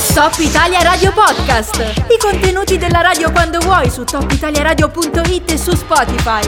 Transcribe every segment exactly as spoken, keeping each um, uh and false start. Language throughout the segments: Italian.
Top Italia Radio Podcast. I contenuti della radio quando vuoi su top italia radio punto it e su Spotify.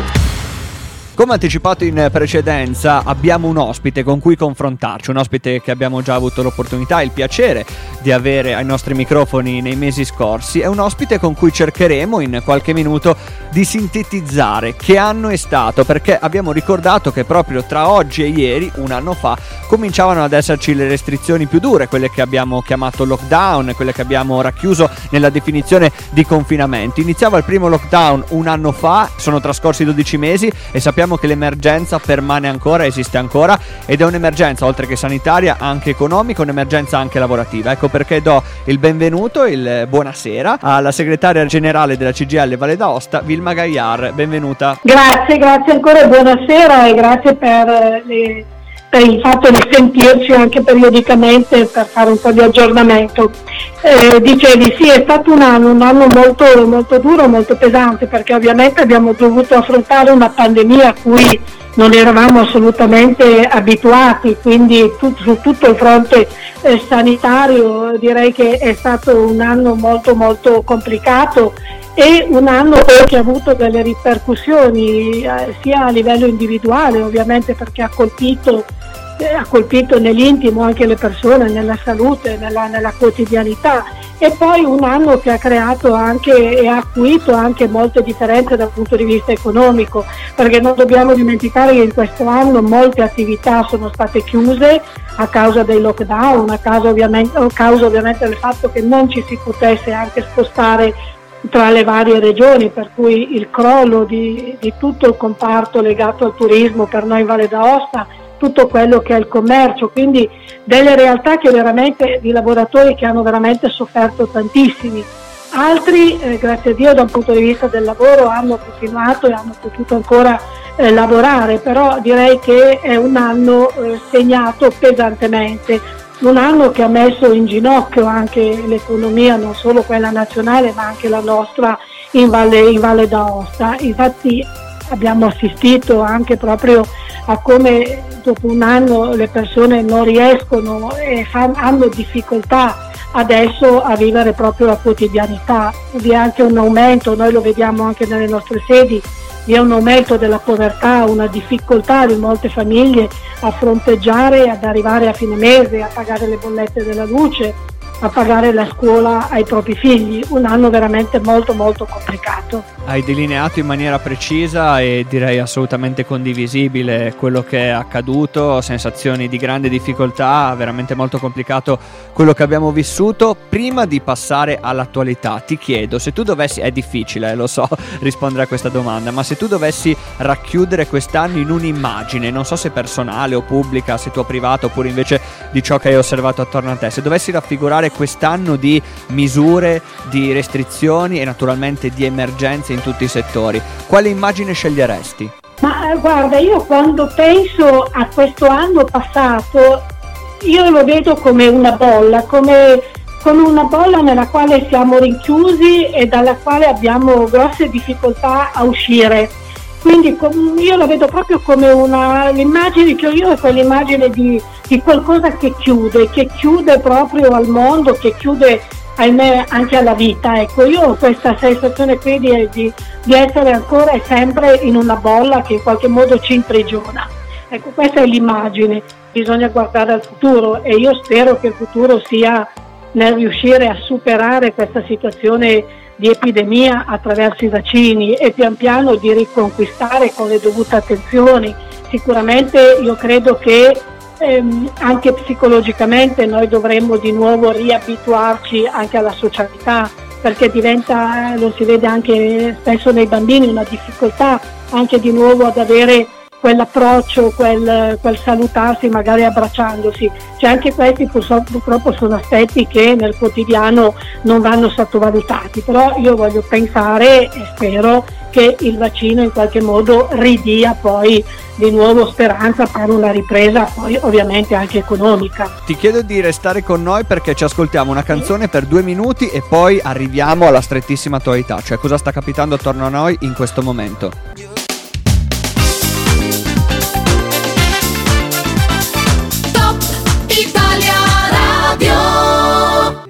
Come anticipato in precedenza, abbiamo un ospite con cui confrontarci, un ospite che abbiamo già avuto l'opportunità e il piacere di avere ai nostri microfoni nei mesi scorsi. È un ospite con cui cercheremo in qualche minuto di sintetizzare che anno è stato, perché abbiamo ricordato che proprio tra oggi e ieri, un anno fa, cominciavano ad esserci le restrizioni più dure, quelle che abbiamo chiamato lockdown, quelle che abbiamo racchiuso nella definizione di confinamento. Iniziava il primo lockdown un anno fa, sono trascorsi dodici mesi e sappiamo che l'emergenza permane ancora, esiste ancora, ed è un'emergenza oltre che sanitaria anche economica, un'emergenza anche lavorativa. Ecco perché do il benvenuto, il buonasera alla segretaria generale della C G I L Valle d'Aosta, Vilma Gaillard. Benvenuta. Grazie, grazie ancora, buonasera e grazie per, le, per il fatto di sentirci anche periodicamente per fare un po' di aggiornamento. Eh, dicevi, sì, è stato un anno, un anno molto, molto duro, molto pesante, perché ovviamente abbiamo dovuto affrontare una pandemia a cui non eravamo assolutamente abituati, quindi tu, su tutto il fronte eh, sanitario direi che è stato un anno molto molto complicato e un anno che ha avuto delle ripercussioni eh, sia a livello individuale, ovviamente, perché ha colpito ha colpito nell'intimo anche le persone, nella salute, nella, nella quotidianità, e poi un anno che ha creato anche e ha acuito anche molte differenze dal punto di vista economico, perché non dobbiamo dimenticare che in questo anno molte attività sono state chiuse a causa dei lockdown, a causa ovviamente, a causa ovviamente del fatto che non ci si potesse anche spostare tra le varie regioni, per cui il crollo di, di tutto il comparto legato al turismo per noi in Valle d'Aosta, tutto quello che è il commercio, quindi delle realtà che veramente, di lavoratori che hanno veramente sofferto tantissimi. Altri, eh, grazie a Dio, da un punto di vista del lavoro hanno continuato e hanno potuto ancora eh, lavorare, però direi che è un anno eh, segnato pesantemente, un anno che ha messo in ginocchio anche l'economia, non solo quella nazionale ma anche la nostra in Valle, in Valle d'Aosta. Infatti abbiamo assistito anche proprio a come dopo un anno le persone non riescono e fan, hanno difficoltà adesso a vivere proprio la quotidianità. Vi è anche un aumento, noi lo vediamo anche nelle nostre sedi, vi è un aumento della povertà, una difficoltà di molte famiglie a fronteggiare, ad arrivare a fine mese, a pagare le bollette della luce, a pagare la scuola ai propri figli. Un anno veramente molto molto complicato. Hai delineato in maniera precisa e direi assolutamente condivisibile quello che è accaduto, sensazioni di grande difficoltà, veramente molto complicato quello che abbiamo vissuto. Prima di passare all'attualità ti chiedo, se tu dovessi, è difficile eh, lo so rispondere a questa domanda, ma se tu dovessi racchiudere quest'anno in un'immagine, non so se personale o pubblica, se tua privata oppure invece di ciò che hai osservato attorno a te, se dovessi raffigurare quest'anno di misure, di restrizioni e naturalmente di emergenze in tutti i settori, quale immagine sceglieresti? Ma guarda, io quando penso a questo anno passato, io lo vedo come una bolla, come, come una bolla nella quale siamo rinchiusi e dalla quale abbiamo grosse difficoltà a uscire. Quindi io la vedo proprio come una, l'immagine che ho io è quell'immagine di, di qualcosa che chiude, che chiude proprio al mondo, che chiude ahimè anche alla vita. Ecco, io ho questa sensazione qui di, di, di essere ancora e sempre in una bolla che in qualche modo ci imprigiona. Ecco, questa è l'immagine, bisogna guardare al futuro e io spero che il futuro sia nel riuscire a superare questa situazione di epidemia attraverso i vaccini e pian piano di riconquistare con le dovute attenzioni. Sicuramente io credo che ehm, anche psicologicamente noi dovremmo di nuovo riabituarci anche alla socialità, perché diventa, lo si vede anche spesso nei bambini, una difficoltà anche di nuovo ad avere quell'approccio, quel, quel salutarsi magari abbracciandosi. Cioè anche questi purtroppo sono aspetti che nel quotidiano non vanno sottovalutati, però io voglio pensare e spero che il vaccino in qualche modo ridia poi di nuovo speranza per una ripresa poi ovviamente anche economica. Ti chiedo di restare con noi perché ci ascoltiamo una canzone per due minuti e poi arriviamo alla strettissima attualità, cioè cosa sta capitando attorno a noi in questo momento.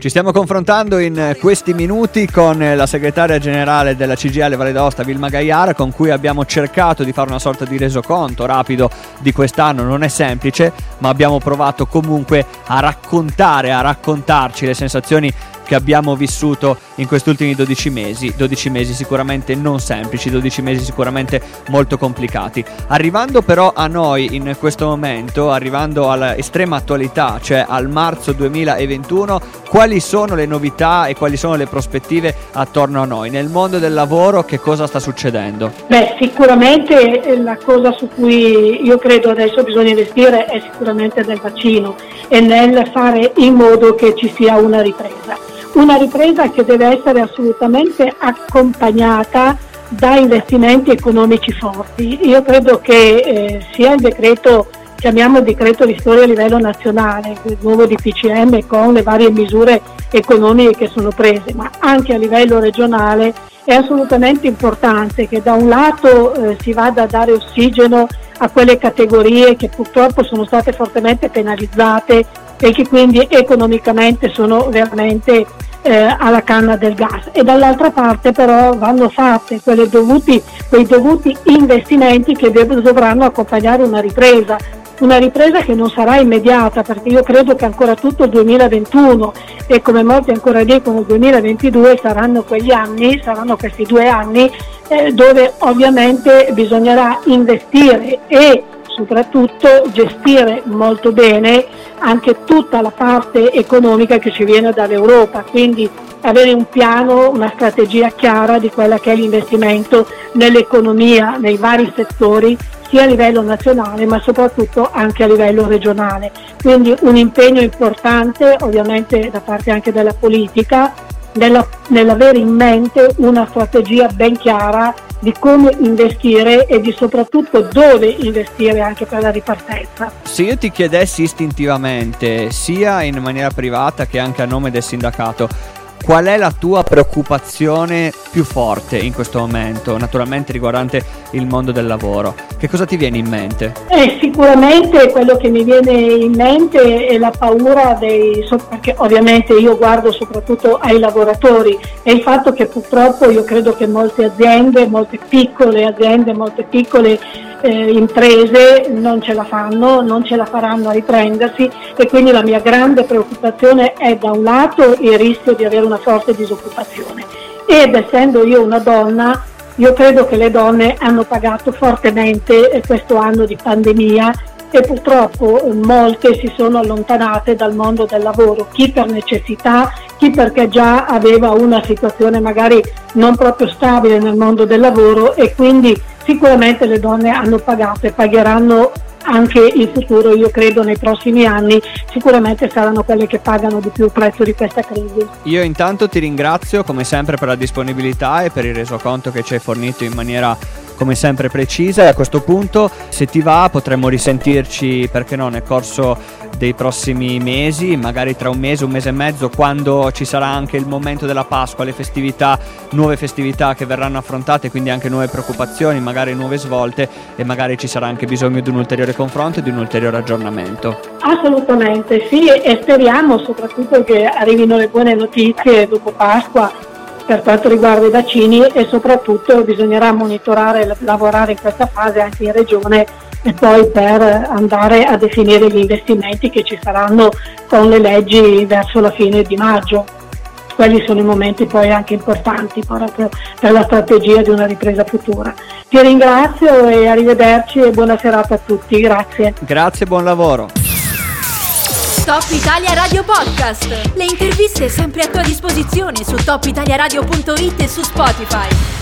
Ci stiamo confrontando in questi minuti con la segretaria generale della C G I L Valle d'Aosta, Vilma Gaiara, con cui abbiamo cercato di fare una sorta di resoconto rapido di quest'anno. Non è semplice, ma abbiamo provato comunque a raccontare, a raccontarci le sensazioni che abbiamo vissuto in questi ultimi dodici mesi, dodici mesi sicuramente non semplici, dodici mesi sicuramente molto complicati. Arrivando però a noi in questo momento, arrivando all'estrema attualità, cioè al marzo duemilaventuno, quali sono le novità e quali sono le prospettive attorno a noi? Nel mondo del lavoro che cosa sta succedendo? Beh, sicuramente la cosa su cui io credo adesso bisogna investire è sicuramente nel vaccino e nel fare in modo che ci sia una ripresa. Una ripresa che deve essere assolutamente accompagnata da investimenti economici forti. Io credo che eh, sia il decreto, chiamiamo decreto ristori a livello nazionale, il nuovo D P C M con le varie misure economiche che sono prese, ma anche a livello regionale è assolutamente importante che da un lato eh, si vada a dare ossigeno a quelle categorie che purtroppo sono state fortemente penalizzate e che quindi economicamente sono veramente eh, alla canna del gas, e dall'altra parte però vanno fatte quelle dovuti, quei dovuti investimenti che dev- dovranno accompagnare una ripresa. Una ripresa che non sarà immediata, perché io credo che ancora tutto il duemilaventuno e come molti ancora dicono il duemilaventidue saranno quegli anni, saranno questi due anni eh, dove ovviamente bisognerà investire e soprattutto gestire molto bene anche tutta la parte economica che ci viene dall'Europa, quindi avere un piano, una strategia chiara di quella che è l'investimento nell'economia, nei vari settori, sia a livello nazionale ma soprattutto anche a livello regionale. Quindi un impegno importante ovviamente da parte anche della politica nella, nell'avere in mente una strategia ben chiara di come investire e di soprattutto dove investire anche per la ripartenza. Se io ti chiedessi istintivamente, sia in maniera privata che anche a nome del sindacato, qual è la tua preoccupazione più forte in questo momento, naturalmente riguardante il mondo del lavoro? Che cosa ti viene in mente? Eh, sicuramente quello che mi viene in mente è la paura dei, perché ovviamente io guardo soprattutto ai lavoratori, e il fatto che purtroppo io credo che molte aziende, molte piccole aziende, molte piccole eh, imprese non ce la fanno, non ce la faranno a riprendersi, e quindi la mia grande preoccupazione è da un lato il rischio di avere una forte disoccupazione, ed essendo io una donna io credo che le donne hanno pagato fortemente questo anno di pandemia e purtroppo molte si sono allontanate dal mondo del lavoro, chi per necessità, chi perché già aveva una situazione magari non proprio stabile nel mondo del lavoro, e quindi sicuramente le donne hanno pagato e pagheranno anche in futuro. Io credo nei prossimi anni sicuramente saranno quelle che pagano di più il prezzo di questa crisi. Io intanto ti ringrazio come sempre per la disponibilità e per il resoconto che ci hai fornito in maniera come sempre precisa, e a questo punto, se ti va, potremmo risentirci, perché no, nel corso dei prossimi mesi, magari tra un mese, un mese e mezzo, quando ci sarà anche il momento della Pasqua, le festività, nuove festività che verranno affrontate, quindi anche nuove preoccupazioni, magari nuove svolte, e magari ci sarà anche bisogno di un ulteriore confronto e di un ulteriore aggiornamento. Assolutamente sì, e speriamo soprattutto che arrivino le buone notizie dopo Pasqua per quanto riguarda i vaccini, e soprattutto bisognerà monitorare e lavorare in questa fase anche in regione, e poi per andare a definire gli investimenti che ci saranno con le leggi verso la fine di maggio. Quelli sono i momenti poi anche importanti proprio per la strategia di una ripresa futura. Ti ringrazio e arrivederci e buona serata a tutti, grazie. Grazie, buon lavoro. Top Italia Radio Podcast. Le interviste sempre a tua disposizione su top italia radio punto it e su Spotify.